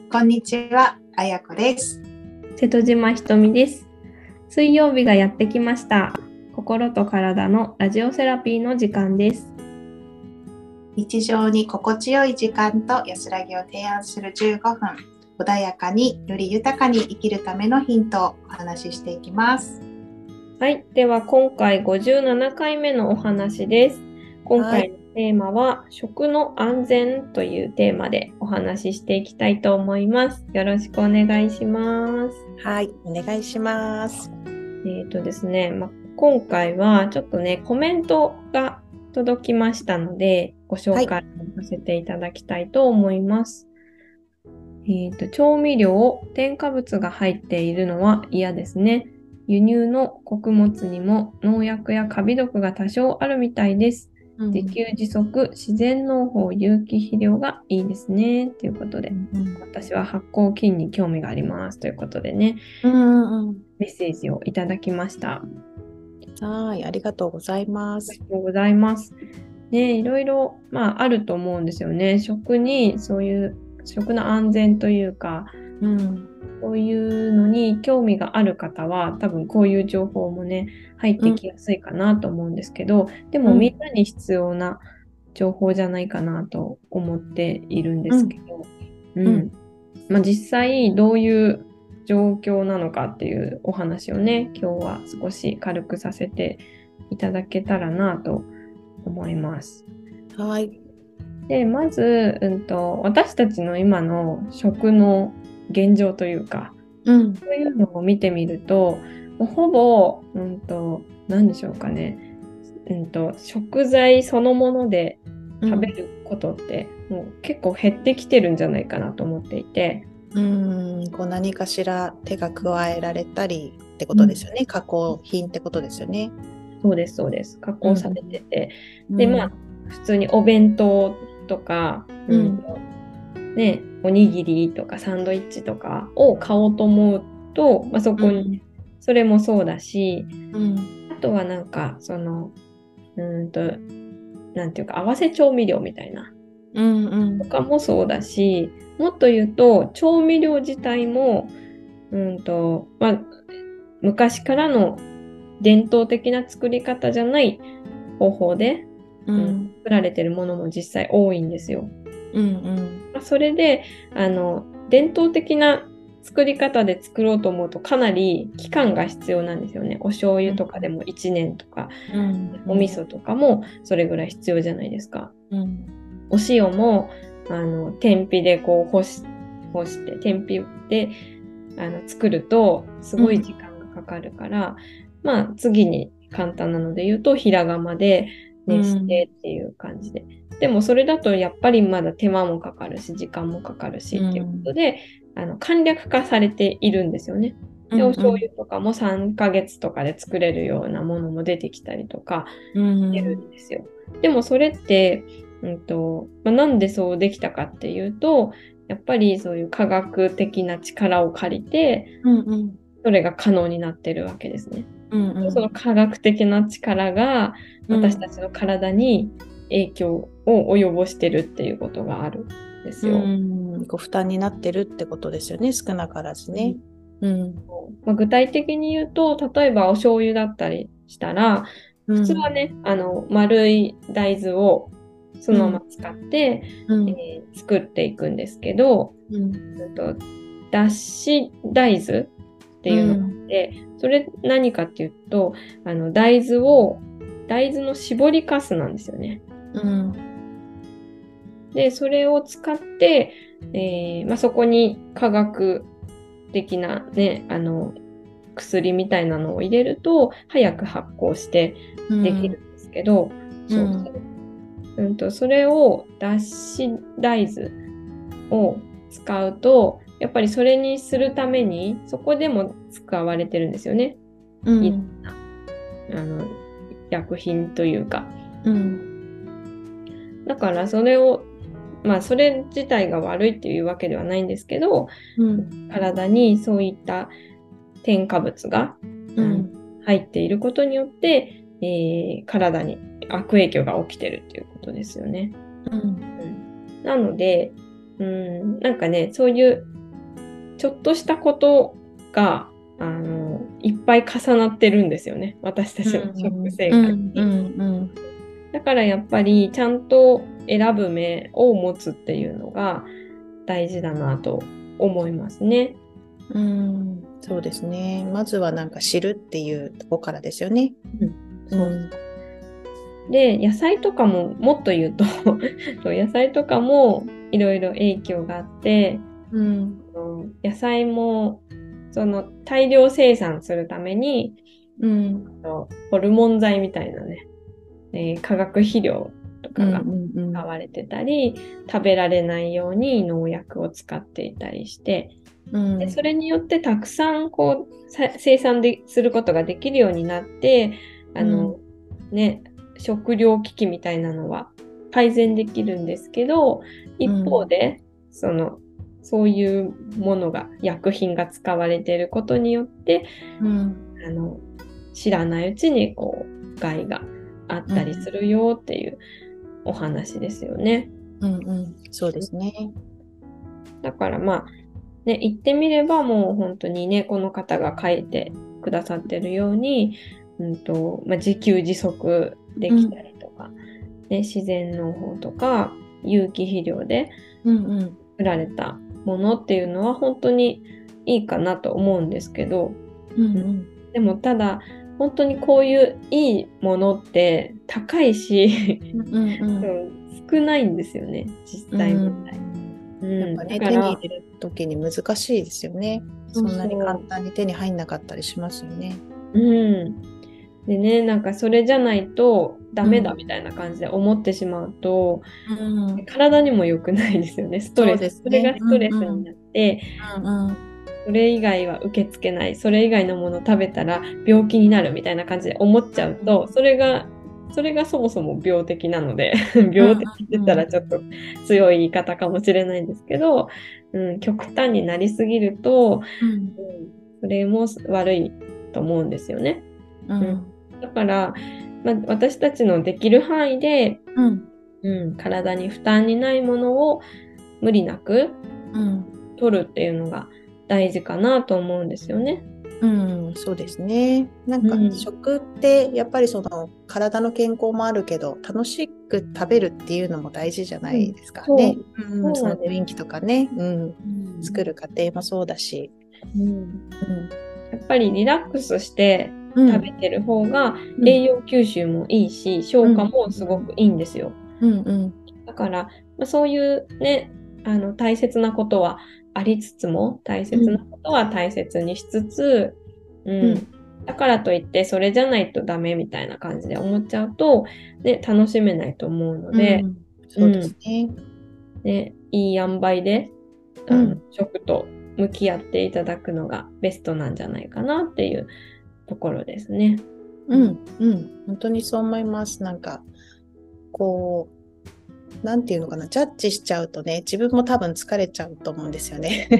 こんにちは、あやこです。 瀬戸島ひとみです。水曜日がやってきました。心と体のラジオセラピーの時間です。 日常に心地よい時間と安らぎを提案する15分、穏やかにより豊かに生きるためのヒントをお話ししていきます。 はい、では今回57回目のお話です。今回のテーマは、食の安全というテーマでお話ししていきたいと思います。よろしくお願いします。 はい、お願いします。 ですね、今回はちょっとね、コメントが届きましたので、ご紹介させていただきたいと思います。調味料、添加物が入っているのは嫌ですね。輸入の穀物にも農薬やカビ毒が多少あるみたいです。自給自足、自然農法、有機肥料がいいですね。ということで、私は発酵菌に興味がありますということでね、メッセージをいただきました。 はい、ありがとうございます。 ありがとうございます。ね、いろいろ、あると思うんですよね。食にそういう食の安全というか、そういうのに興味がある方は多分こういう情報もね入ってきやすいかなと思うんですけど、でもみんなに必要な情報じゃないかなと思っているんですけど、実際どういう状況なのかっていうお話をね、今日は少し軽くさせていただけたらなと思います。 はい。 で、まず、私たちの今の食の現状というか、そういうのを見てみると、もうほぼ、何でしょうかね、食材そのもので食べることって、もう結構減ってきてるんじゃないかなと思っていて、 こう何かしら手が加えられたりってことですよね。加工品ってことですよね。 そうです、そうです。加工されてて。で、普通にお弁当とか、おにぎりとかサンドイッチとかを買おうと思うと、そこに、それもそうだし、あとはなんか、なんていうか、合わせ調味料みたいな、とかもそうだし、もっと言うと、調味料自体も、昔からの伝統的な作り方じゃない方法で、作られてるものも実際多いんですよ。それで伝統的な作り方で作ろうと思うとかなり期間が必要なんですよね。お醤油とかでも1年とか、お味噌とかもそれぐらい必要じゃないですか。お塩も天日でこう干して天日で作るとすごい時間がかかるから、次に簡単なので言うと平釜で熱してっていう感じで。でもそれだとやっぱりまだ手間もかかるし時間もかかるしっていうことで、簡略化されているんですよね。でお醤油とかも3ヶ月とかで作れるようなものも出てきたりとかしてるんですよ。でもそれって、なんでそうできたかっていうと、やっぱりそういう科学的な力を借りて、それが可能になってるわけですね。その科学的な力が私たちの体に影響を及ぼしてるっていうことがあるんですよ。 負担になってるってことですよね、少なからずね。 具体的に言うと、例えばお醤油だったりしたら、普通はね、丸い大豆をそのまま使って、作っていくんですけど、脱脂大豆っていうのがあって、それ何かっていうと、大豆の搾りかすなんですよね。で、それを使って、そこに科学的なね、薬みたいなのを入れると、早く発酵してできるんですけど、それを脱脂大豆を使うと、やっぱりそれにするために、そこでも使われてるんですよね。いろんな薬品というか。だからそれを、それ自体が悪いっていうわけではないんですけど、体にそういった添加物が、入っていることによって、体に悪影響が起きてるっていうことですよね。なので、なんかね、そういうちょっとしたことがいっぱい重なってるんですよね、私たちの食生活に。だからやっぱりちゃんと選ぶ目を持つっていうのが大事だなと思いますね。 そうですね。まずはなんか知るっていうところからですよね。 で、野菜とかももっと言うと野菜とかもいろいろ影響があって、野菜もその大量生産するために、ホルモン剤みたいなね、化学肥料とかが使われてたり、食べられないように農薬を使っていたりして、でそれによってたくさんこう生産することができるようになって、食糧危機みたいなのは改善できるんですけど、一方で、そういうものが、薬品が使われていることによって、知らないうちにこう害があったりするよっていうお話ですよね。 そうですね。 だから言ってみればもう本当にね、この方が書いてくださってるように、自給自足できたりとか、自然農法とか有機肥料で作られたものっていうのは本当にいいかなと思うんですけど、でもただ本当にこういういいものって高いし少ないんですよね、実際問題。 やっぱね、手に入れる時に難しいですよね。そんなに簡単に手に入んなかったりしますよね。 でね、なんかそれじゃないとダメだみたいな感じで思ってしまうと、体にも良くないですよね。ストレス。それがストレスになって、それ以外は受け付けない。それ以外のものを食べたら病気になるみたいな感じで思っちゃうと、それがそもそも病的なので病的って言ったらちょっと強い言い方かもしれないんですけど、極端になりすぎると、それも悪いと思うんですよね。だから、私たちのできる範囲で、体に負担にないものを無理なく取るっていうのが大事かなと思うんですよね。 そうですね。なんか食ってやっぱりその体の健康もあるけど楽しく食べるっていうのも大事じゃないですかね。その雰囲気とかね、作る過程もそうだし、 やっぱりリラックスして食べてる方が栄養吸収もいいし、消化もすごくいいんですよ。だから、そういうね、大切なことはありつつも、大切なことは大切にしつつ、だからといってそれじゃないとダメみたいな感じで思っちゃうと、ね、楽しめないと思うので、 そうですね、いい塩梅で食と向き合っていただくのがベストなんじゃないかなっていうところですね。 本当にそう思います。なんかこうなんていうのかな、ジャッジしちゃうとね、自分も多分疲れちゃうと思うんですよね。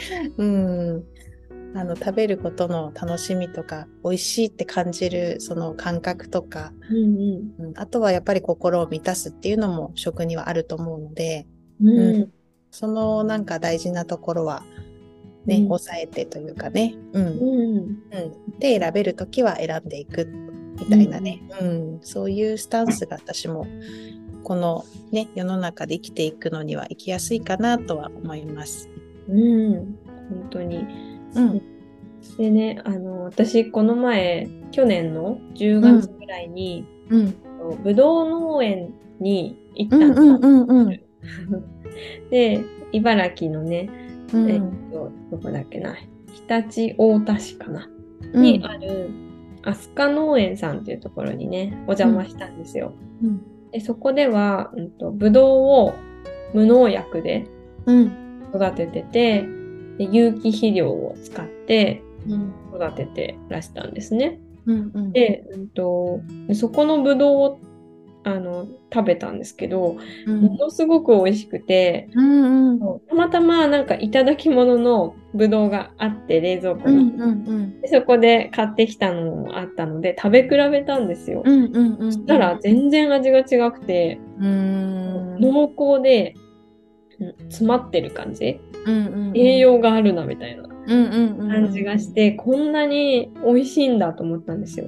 食べることの楽しみとか、美味しいって感じるその感覚とか、あとはやっぱり心を満たすっていうのも食にはあると思うので、そのなんか大事なところはね、抑えてというかね、で選べるときは選んでいくみたいなね、そういうスタンスが私もこのね、世の中で生きていくのには生きやすいかなとは思います。 本当に。でね、私この前、去年の10月ぐらいに、ぶどう農園に行ったんです。で、茨城のね、どこだっけな、常陸太田市かな、にある飛鳥農園さんっていうところにね、お邪魔したんですよ。でそこでは、ぶどうを無農薬で育ててて、で有機肥料を使って育ててらしたんですね。で、そこのぶどうを食べたんですけど、ものすごく美味しくて、たまたまなんかいただき物のぶどうがあって冷蔵庫に、でそこで買ってきたのもあったので食べ比べたんですよ。そしたら全然味が違くて、濃厚で詰まってる感じ、栄養があるなみたいな感じがして、こんなに美味しいんだと思ったんですよ。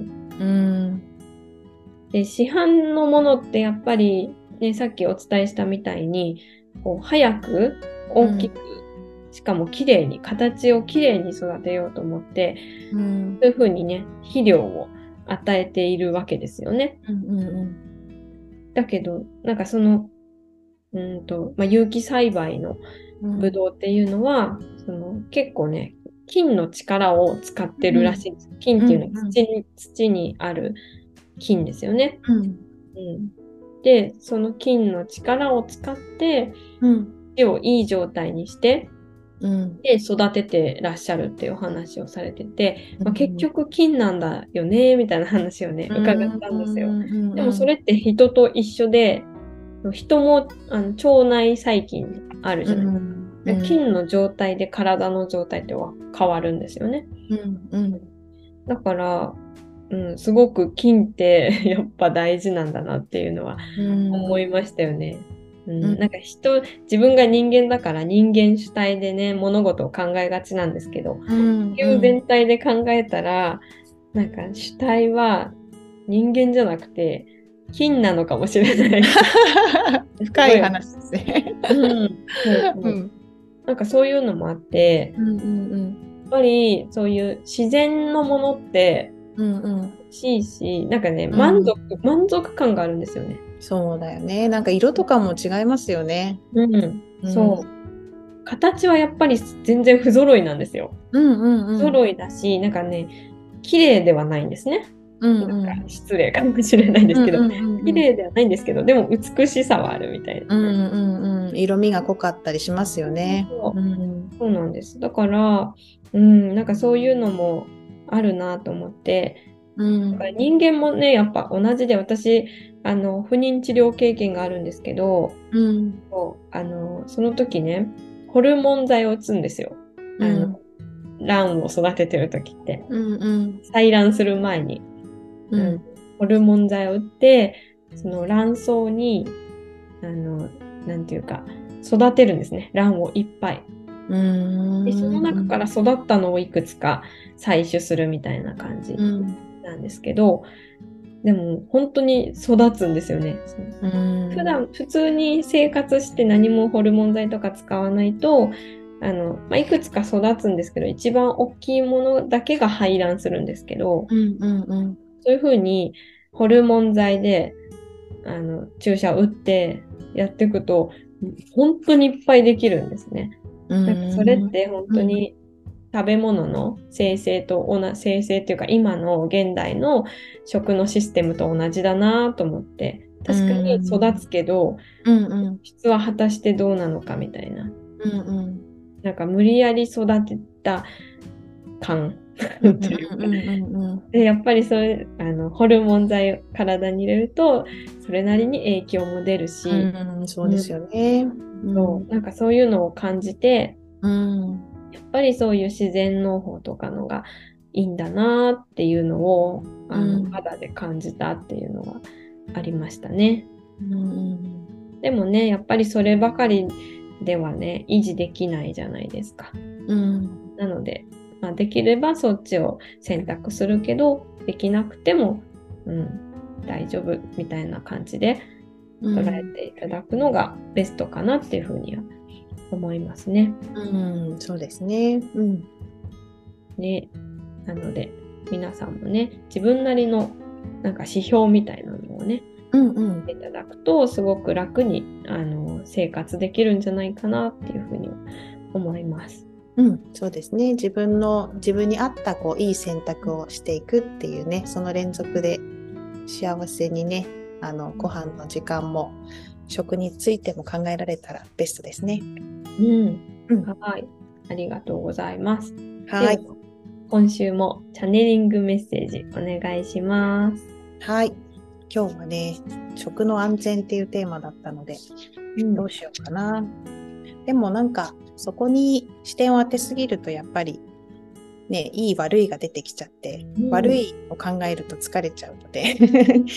で、市販のものってやっぱり、ね、さっきお伝えしたみたいにこう早く大きく、しかも綺麗に形を綺麗に育てようと思って、そういうふうにね肥料を与えているわけですよね。だけどなんかその有機栽培のブドウっていうのは、その結構ね菌の力を使ってるらしいです。菌っていうのは土にある菌ですよね。でその菌の力を使って土をいい状態にして、で育ててらっしゃるっていう話をされてて、結局菌なんだよねみたいな話をね伺ったんですよ。でもそれって人と一緒で、人も腸内細菌あるじゃないですか。菌の状態で体の状態っては変わるんですよね。だから、すごく菌ってやっぱ大事なんだなっていうのは思いましたよね。なんか自分が人間だから人間主体でね物事を考えがちなんですけど、地球全体で考えたらなんか主体は人間じゃなくて菌なのかもしれない。 深い話ですね。 なんかそういうのもあって、やっぱりそういう自然のものって欲しいし、なんかね満足感があるんですよね。 そうだよね。なんか色とかも違いますよね。 そう。形はやっぱり全然不揃いなんですよ。不揃いだし、なんかね、綺麗ではないんですね。なんか失礼かもしれないんですけど、綺麗ではないんですけど、でも美しさはあるみたいな。 色味が濃かったりしますよね。 そうなんです。だから、なんかそういうのもあるなと思って、だから人間もね、やっぱ同じで、私、不妊治療経験があるんですけど、その時ね、ホルモン剤を打つんですよ。卵を育ててる時って、採卵する前に、ホルモン剤を打って、その卵巣に、なんていうか、育てるんですね。卵をいっぱい。で、その中から育ったのをいくつか採取するみたいな感じなんですけど、でも本当に育つんですよね。普通に生活して何もホルモン剤とか使わないと、いくつか育つんですけど、一番大きいものだけが排卵するんですけど、そういうふうにホルモン剤で注射を打ってやっていくと本当にいっぱいできるんですね。なんかそれって本当に食べ物の生成っていうか今の現代の食のシステムと同じだなと思って、確かに育つけど、質は果たしてどうなのかみたいな、なんか無理やり育てた感で、やっぱりホルモン剤を体に入れるとそれなりに影響も出るし、 そうですよね。 なんかそういうのを感じて、やっぱりそういう自然農法とかのがいいんだなっていうのを肌で感じたっていうのがありましたね。でもね、やっぱりそればかりではね維持できないじゃないですか。なので、できればそっちを選択するけど、できなくても、大丈夫みたいな感じで捉えていただくのがベストかなっていうふうには思いますね。 そうですね。 ね、なので皆さんもね、自分なりのなんか指標みたいなのをね、いただくとすごく楽に生活できるんじゃないかなっていうふうに思います。 そうですね。自分に合ったいい選択をしていくっていうね、その連続で幸せにね、ご飯の時間も食についても考えられたらベストですね。 はい、ありがとうございます。 はい。 今週もチャネリングメッセージお願いします。 はい。今日はね、食の安全っていうテーマだったので、どうしようかな。でもなんかそこに視点を当てすぎるとやっぱりね、いい悪いが出てきちゃって、悪いを考えると疲れちゃうので、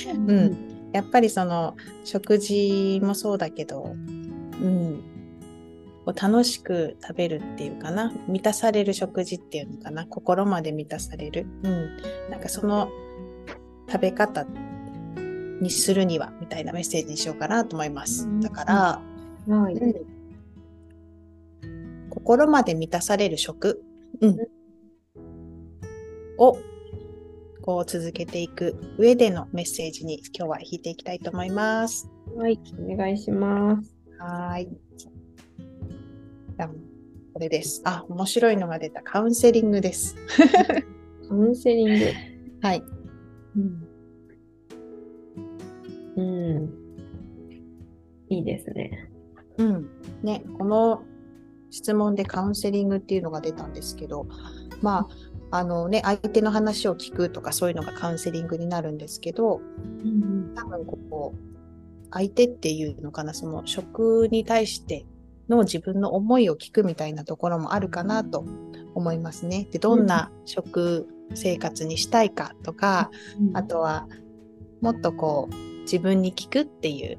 やっぱりその食事もそうだけど、 楽しく食べるっていうかな、満たされる食事っていうのかな、心まで満たされる。なんかその食べ方にするにはみたいなメッセージにしようかなと思います。だから、心まで満たされる食、をこう続けていく上でのメッセージに今日は引いていきたいと思います。 はい、お願いします。 はい。これです。面白いのが出た。カウンセリングです。 カウンセリング。 はい。 いいですね。 ね、この質問でカウンセリングっていうのが出たんですけど、相手の話を聞くとかそういうのがカウンセリングになるんですけど、多分こう相手っていうのかな、その食に対しての自分の思いを聞くみたいなところもあるかなと思いますね。で、どんな食生活にしたいかとか、あとはもっとこう自分に聞くっていう、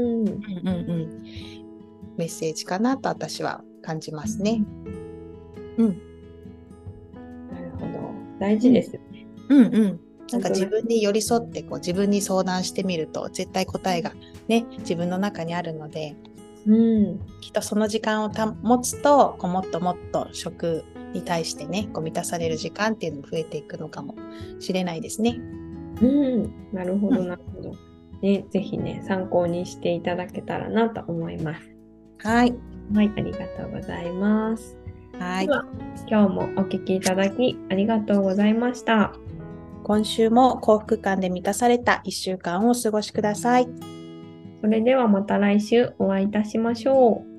メッセージかなと私は感じますね。 なるほど。大事ですよね。 なんか自分に寄り添ってこう自分に相談してみると絶対答えがね、自分の中にあるので、きっとその時間を持つとこうもっともっと食に対してね、こう満たされる時間っていうのも増えていくのかもしれないですね。 なるほどなるほど。ね、ぜひね参考にしていただけたらなと思います。 はい、 ありがとうございます。 はい。 では今日もお聞きいただきありがとうございました。 今週も幸福感で満たされた1週間をお過ごしください。 それではまた来週お会いいたしましょう。